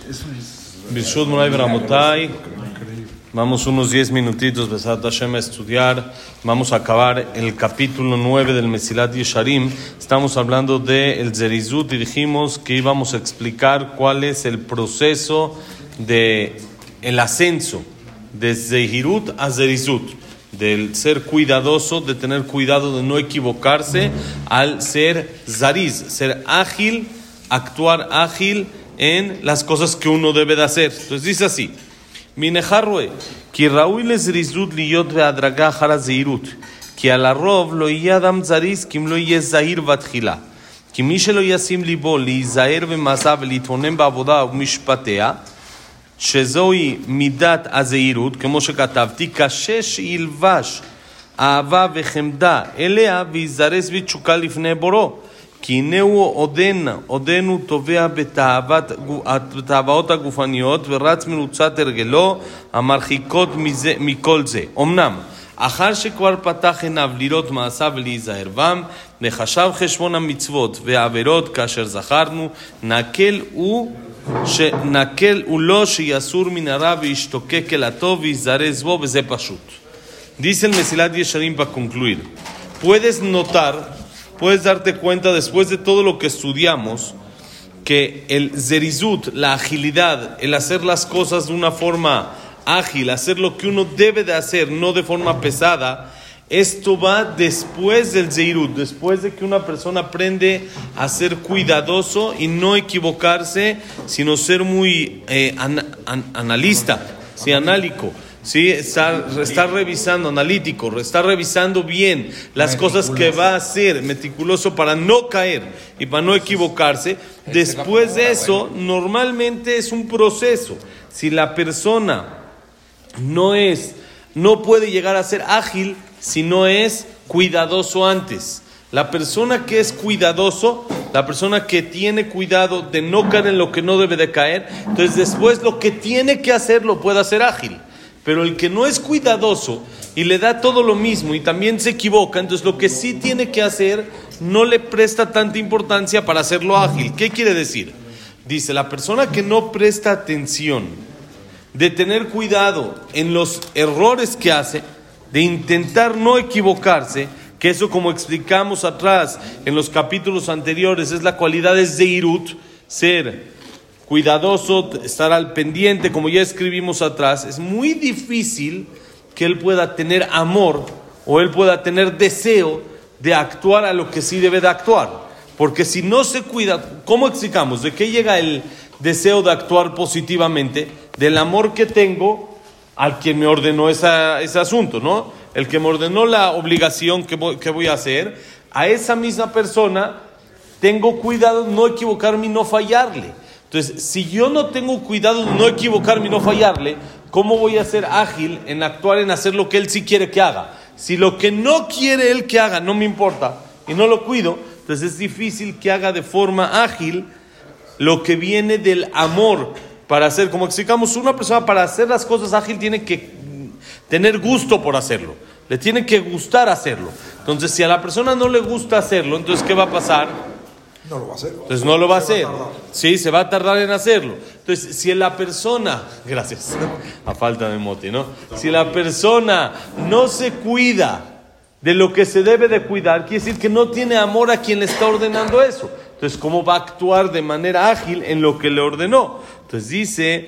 Birshut Moray Beramotai. Vamos unos 10 minutitos, Besat Hashem, a estudiar. Vamos a acabar el capítulo 9 del Mesilat Yesharim. Estamos hablando de el Zerizut y dijimos que íbamos a explicar cuál es el proceso de el ascenso de Zehirut a Zerizut, del ser cuidadoso, de tener cuidado de no equivocarse, al ser Zariz, ser ágil, actuar ágil en las cosas que uno debe de hacer. Entonces dice así: Minejarroe, ki raúi le Zerizut liyot ve'adraga jara Zehirut, ki al arrov lo yeh adam zariz kim lo yeh zahir vatchila, ki mi shelo yasim libo lizaher b'ma'asav ve'litvonem ba'avoda u'mishpatea, שזוהי מידת הזהירות, כמו שכתבתי, קשה שילבש אהבה וחמדה אליה ויזרז בתשוקה לפני בורו, כי הנה הוא עודנו תובע בתאוות הגופניות ורץ מרוצת הרגלו המרחיקות מכל זה. אמנם אחר שכבר פתח עיניו לראות מעשיו ולהיזהר בם, וחשב חשבון המצוות והעבירות כאשר זכרנו, נקל הוא לא שיסור מן הרע וישתוקק אל הטוב ויזרז בו, וזה פשוט. Dice el Mesilat Yesharim para concluir. Puedes darte cuenta después de todo lo que estudiamos que el zerizut, la agilidad, el hacer las cosas de una forma ágil, hacer lo que uno debe de hacer, no de forma pesada, esto va después del zeirut, después de que una persona aprende a ser cuidadoso y no equivocarse, sino ser muy analista, ¿sí? Análico, ¿sí? Estar revisando, analítico, estar revisando bien las cosas que va a hacer, meticuloso para no caer y para no equivocarse. Después de eso, normalmente es un proceso. Si la persona no puede llegar a ser ágil si no es cuidadoso antes. La persona que es cuidadoso, la persona que tiene cuidado de no caer en lo que no debe de caer, entonces después lo que tiene que hacer lo puede hacer ágil. Pero el que no es cuidadoso y le da todo lo mismo y también se equivoca, entonces lo que sí tiene que hacer no le presta tanta importancia para hacerlo ágil. ¿Qué quiere decir? Dice, la persona que no presta atención, de tener cuidado en los errores que hace, de intentar no equivocarse, que eso, como explicamos atrás en los capítulos anteriores, es la cualidad de Zeirut, ser cuidadoso, estar al pendiente, como ya escribimos atrás. Es muy difícil que él pueda tener amor o él pueda tener deseo de actuar a lo que sí debe de actuar, porque si no se cuida, ¿cómo explicamos? ¿De qué llega el deseo de actuar positivamente? Del amor que tengo al que me ordenó ese asunto, ¿no? El que me ordenó la obligación que voy a hacer, a esa misma persona tengo cuidado de no equivocarme y no fallarle. Entonces, si yo no tengo cuidado de no equivocarme y no fallarle, ¿cómo voy a ser ágil en actuar, en hacer lo que él sí quiere que haga? Si lo que no quiere él que haga no me importa y no lo cuido, entonces es difícil que haga de forma ágil lo que viene del amor. Para hacer, como explicamos, una persona para hacer las cosas ágil tiene que tener gusto por hacerlo, le tiene que gustar hacerlo. Entonces, si a la persona no le gusta hacerlo, entonces ¿qué va a pasar? No lo va a hacer. Entonces no lo va a hacer. Sí, se va a tardar en hacerlo. Entonces, si la persona, gracias, a falta de mote, ¿no? Si la persona no se cuida de lo que se debe de cuidar, quiere decir que no tiene amor a quien le está ordenando eso. Entonces, ¿cómo va a actuar de manera ágil en lo que le ordenó? Entonces dice,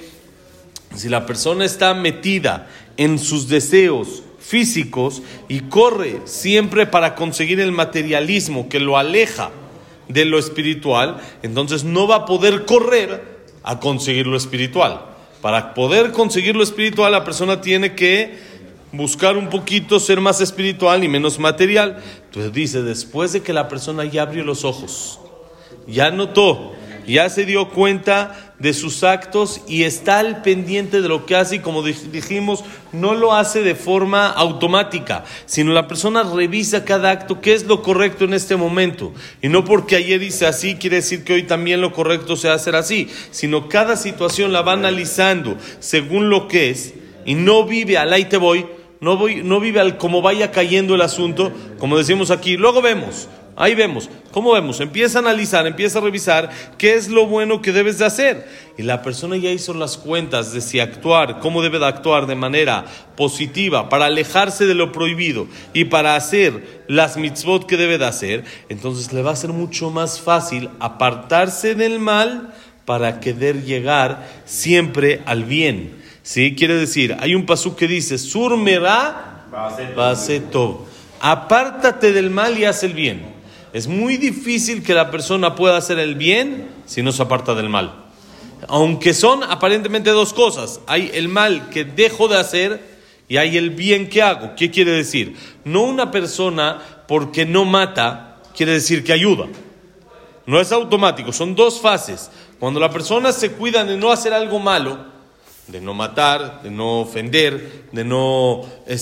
si la persona está metida en sus deseos físicos y corre siempre para conseguir el materialismo que lo aleja de lo espiritual, entonces no va a poder correr a conseguir lo espiritual. Para poder conseguir lo espiritual, la persona tiene que buscar un poquito ser más espiritual y menos material. Entonces dice, después de que la persona ya abrió los ojos, ya notó, ya se dio cuenta de sus actos y está al pendiente de lo que hace, y como dijimos, no lo hace de forma automática, sino la persona revisa cada acto, qué es lo correcto en este momento, y no porque ayer hice así quiere decir que hoy también lo correcto sea hacer así, sino cada situación la va analizando según lo que es, y no vive al ahí te voy, no vive al como vaya cayendo el asunto, como decimos aquí, luego vemos. Ahí vemos. ¿Cómo vemos? Empieza a analizar, empieza a revisar qué es lo bueno que debes de hacer. Y la persona ya hizo las cuentas de si actuar, cómo debe de actuar de manera positiva para alejarse de lo prohibido y para hacer las mitzvot que debe de hacer. Entonces le va a ser mucho más fácil apartarse del mal para querer llegar siempre al bien. ¿Sí? Quiere decir, hay un pasuk que dice, Sur merá ba'aseh tov. Apártate del mal y haz el bien. Es muy difícil que la persona pueda hacer el bien si no se aparta del mal. Aunque son aparentemente dos cosas. Hay el mal que dejo de hacer y hay el bien que hago. ¿Qué quiere decir? No una persona porque no mata quiere decir que ayuda. No es automático, son dos fases. Cuando la persona se cuida de no hacer algo malo, de no matar, de no ofender, de no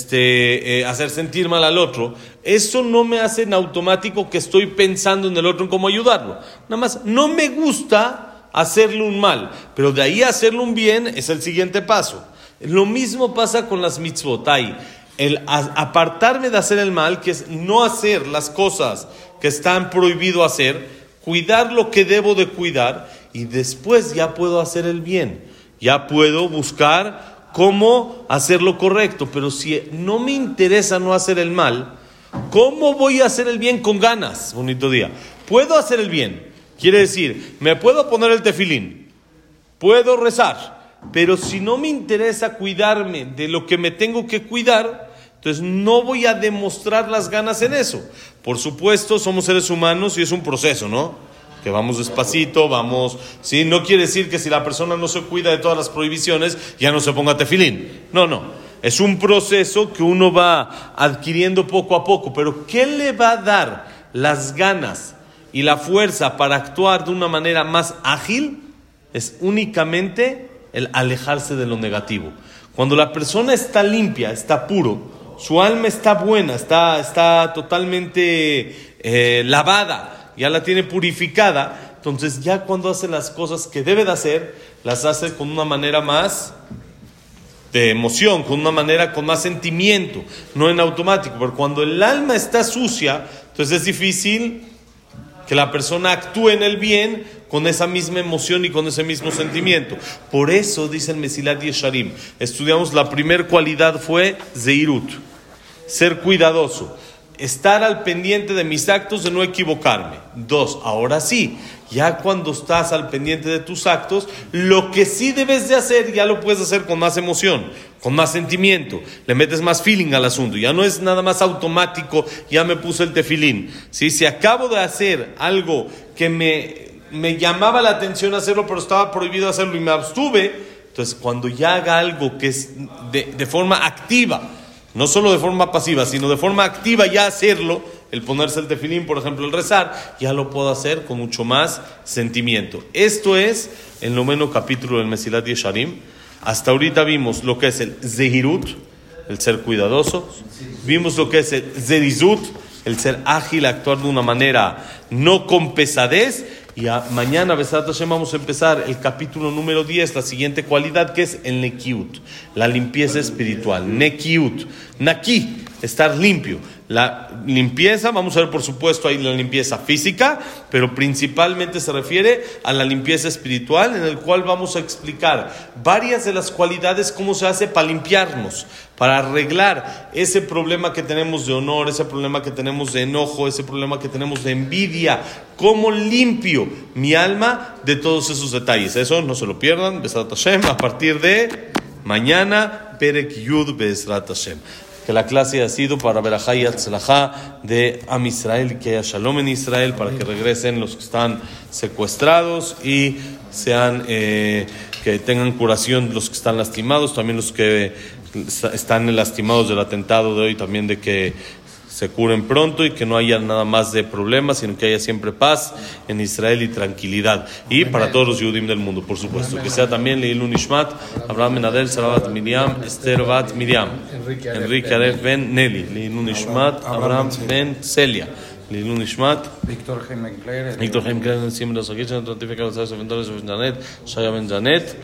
hacer sentir mal al otro, eso no me hace en automático que estoy pensando en el otro, en cómo ayudarlo. Nada más, no me gusta hacerle un mal, pero de ahí a hacerle un bien es el siguiente paso. Lo mismo pasa con las mitzvot. Hay el apartarme de hacer el mal, que es no hacer las cosas que están prohibido hacer, cuidar lo que debo de cuidar, y después ya puedo hacer el bien. Ya puedo buscar cómo hacer lo correcto, pero si no me interesa no hacer el mal, ¿cómo voy a hacer el bien con ganas? Bonito día. Puedo hacer el bien, quiere decir, me puedo poner el tefilín, puedo rezar, pero si no me interesa cuidarme de lo que me tengo que cuidar, entonces no voy a demostrar las ganas en eso. Por supuesto, somos seres humanos y es un proceso, ¿no? Que vamos despacito, vamos, ¿sí? No quiere decir que si la persona no se cuida de todas las prohibiciones, ya no se ponga tefilín. No. Es un proceso que uno va adquiriendo poco a poco. Pero ¿qué le va a dar las ganas y la fuerza para actuar de una manera más ágil? Es únicamente el alejarse de lo negativo. Cuando la persona está limpia, está puro, su alma está buena, está totalmente lavada, ya la tiene purificada, entonces ya cuando hace las cosas que debe de hacer, las hace con una manera más de emoción, con una manera con más sentimiento, no en automático. Pero cuando el alma está sucia, entonces es difícil que la persona actúe en el bien con esa misma emoción y con ese mismo sentimiento. Por eso dice el Mesilat Yesharim, estudiamos la primer cualidad fue Zeirut, ser cuidadoso, estar al pendiente de mis actos, de no equivocarme. 2, ahora sí, ya cuando estás al pendiente de tus actos, lo que sí debes de hacer, ya lo puedes hacer con más emoción, con más sentimiento, le metes más feeling al asunto, ya no es nada más automático, ya me puse el tefilín. ¿Sí? Si acabo de hacer algo que me llamaba la atención hacerlo, pero estaba prohibido hacerlo y me abstuve, entonces cuando ya haga algo que es de forma activa, no solo de forma pasiva, sino de forma activa ya hacerlo, el ponerse el tefilín, por ejemplo, el rezar, ya lo puedo hacer con mucho más sentimiento. Esto es el 9º capítulo del Mesilat Yesharim. Hasta ahorita vimos lo que es el Zehirut, el ser cuidadoso. Vimos lo que es el Zerizut, el ser ágil, actuar de una manera no con pesadez. Y mañana, Besat Hashem, vamos a empezar el capítulo número 10, la siguiente cualidad, que es el Nekiut, la limpieza espiritual. Nekiut, Naki, estar limpio. La limpieza, vamos a ver por supuesto ahí la limpieza física, pero principalmente se refiere a la limpieza espiritual, en el cual vamos a explicar varias de las cualidades, cómo se hace para limpiarnos, para arreglar ese problema que tenemos de honor, ese problema que tenemos de enojo, ese problema que tenemos de envidia, cómo limpio mi alma de todos esos detalles. Eso no se lo pierdan, Besat Hashem, a partir de mañana, Perek Yud Besat Hashem. Que la clase ha sido para Berajá y Atzlajá de Am Israel, que haya Shalom en Israel, para que regresen los que están secuestrados y sean que tengan curación los que están lastimados, también los que están lastimados del atentado de hoy, también de que se curen pronto y que no haya nada más de problemas, sino que haya siempre paz en Israel y tranquilidad. Y para todos los Yudim del mundo, por supuesto. Que sea también Leilun Nishmat, Abraham Ben Adel, Sarah Bat Miriam, Esther Bat Miriam, Enrique Aref Ben Nelly, Leilun Nishmat, Abraham Ben Celia, Leilun Nishmat, Víctor Jaime Klein, Siempre los aquí, notifica los vendedores de Janet, Shaya Ben Janet.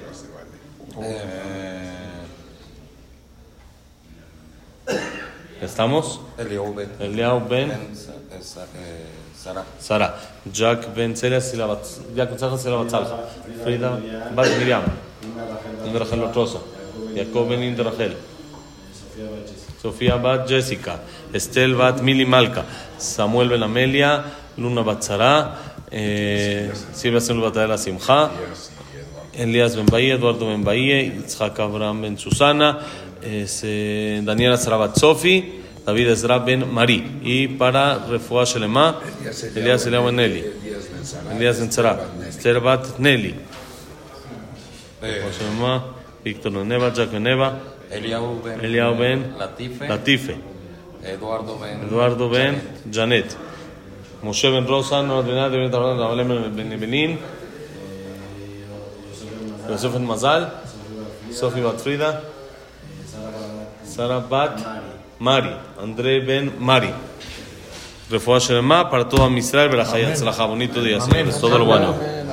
¿Estamos? Eliau Ben Sara. Jack Ben Celia Jack Sela Batzalja. Frida Bat Miriam. Ben Rachel Lotrosa. Jacob Ben Rachel. Sofía Bat Jessica. Estel Bat Mili Malka. Samuel Ben Amelia. Luna Bat Sara. Silvia Samuel Batadela Simcha. Elías Ben Bahía. Eduardo Ben Bahía. Itzhak Abraham Ben Susana. Daniela Sarabat Sofi. David Ezra Ben Mari. Y para Refuah Shelema, Elías Eliyahu Ben Nelly. Elías Ben Tzara. Esther Bat Nelly. Refuah Shelema, Víctor Ben Neva, Jack Ben Neva. Eliyahu Ben Latife. Eduardo Ben Janet. Moshe Ben Rosa, Noah Ben Ad, Ben Taran, Ravalem Ben Benin. Yosef Ben Mazal. Sofi Bat Frida. Sara Bat Mari, André Ben Mari. Refuah Shelema para todo Am Israel, Berajá y Atzlajá. Bonito día, señores. Todo lo bueno.